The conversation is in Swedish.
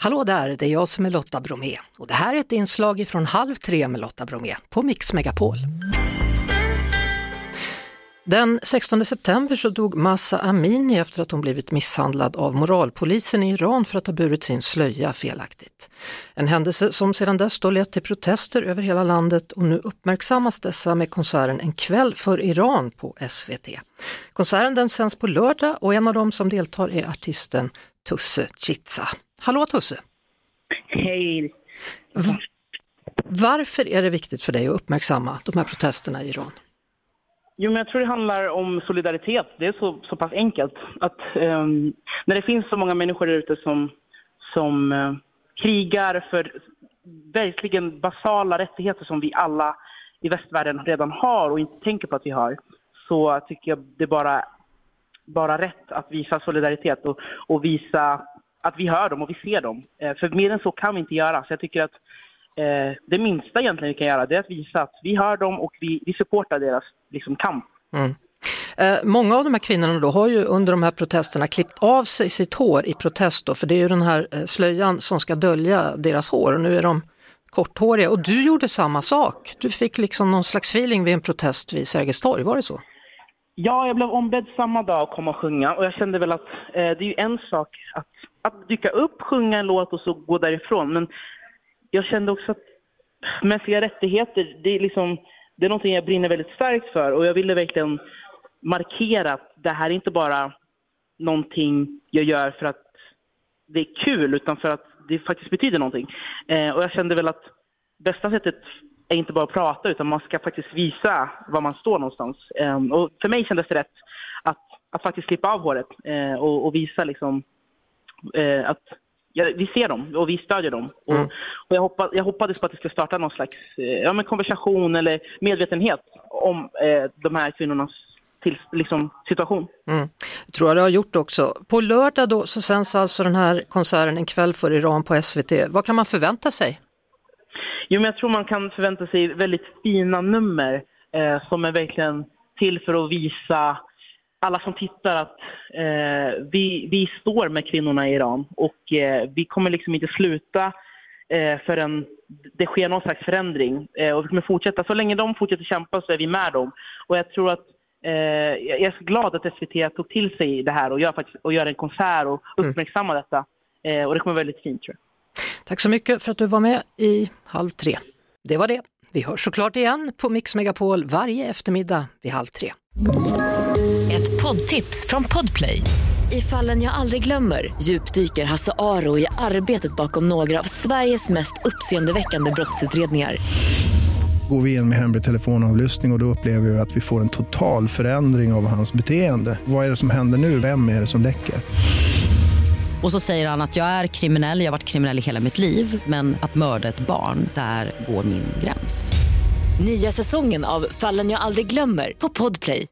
Hallå där, det är jag som är Lotta Bromé och det här är ett inslag från 2:30 med Lotta Bromé på Mix Megapol. Den 16 september så dog Mahsa Amini efter att hon blivit misshandlad av moralpolisen i Iran för att ha burit sin slöja felaktigt. En händelse som sedan dess då lett till protester över hela landet och nu uppmärksammas dessa med konserten En kväll för Iran på SVT. Konserten den sänds på lördag och en av dem som deltar är artisten Tusse Chitsa. Hallå Tusse! Hej! Varför är det viktigt för dig att uppmärksamma de här protesterna i Iran? Jo, men jag tror det handlar om solidaritet. Det är så pass enkelt. Att när det finns så många människor där ute som krigar för verkligen basala rättigheter som vi alla i västvärlden redan har och inte tänker på att vi har, så tycker jag det är bara rätt att visa solidaritet och visa att vi hör dem och vi ser dem. För mer än så kan vi inte göra. Så jag tycker att det minsta egentligen vi kan göra, det är att visa att vi hör dem och vi supportar deras kamp. Mm. Många av de här kvinnorna då har ju under de här protesterna klippt av sig sitt hår i protest då, för det är ju den här slöjan som ska dölja deras hår och nu är de korthåriga. Och du gjorde samma sak. Du fick någon slags feeling vid en protest vid Sergels torg, var det så? Ja, jag blev ombedd samma dag att komma och sjunga och jag kände väl att det är ju en sak att dyka upp, sjunga en låt och så gå därifrån, men jag kände också att mänskliga rättigheter, det är någonting jag brinner väldigt starkt för och jag ville verkligen markera att det här är inte bara någonting jag gör för att det är kul utan för att det faktiskt betyder någonting. Och jag kände väl att bästa sättet är inte bara att prata utan man ska faktiskt visa var man står någonstans. Och för mig kändes det rätt att faktiskt klippa av håret och visa att vi ser dem och vi stödjer dem. Och jag hoppades på att det skulle starta någon slags konversation eller medvetenhet om de här kvinnornas situation. Jag tror jag det har gjort också. På lördag då så sänds alltså den här konserten En kväll för Iran på SVT. Vad kan man förvänta sig? Jo, men jag tror man kan förvänta sig väldigt fina nummer som är verkligen till för att visa alla som tittar att vi står med kvinnorna i Iran och vi kommer inte sluta förrän det sker någon slags förändring och vi kommer fortsätta. Så länge de fortsätter kämpa så är vi med dem. Och jag tror att jag är så glad att SVT tog till sig det här och gör en konsert och uppmärksamma detta. Och det kommer väldigt fint, tror jag. Tack så mycket för att du var med i 2:30. Det var det. Vi hörs såklart igen på Mix Megapol varje eftermiddag vid 2:30. Ett poddtips från Podplay. I Fallen jag aldrig glömmer djupdyker Hasse Aro i arbetet bakom några av Sveriges mest uppseendeväckande brottsutredningar. Går vi in med hemlig telefonavlyssning och då upplever vi att vi får en total förändring av hans beteende. Vad är det som händer nu? Vem är det som läcker? Och så säger han att jag är kriminell, jag har varit kriminell i hela mitt liv. Men att mörda ett barn, där går min gräns. Nya säsongen av Fallen jag aldrig glömmer på Podplay.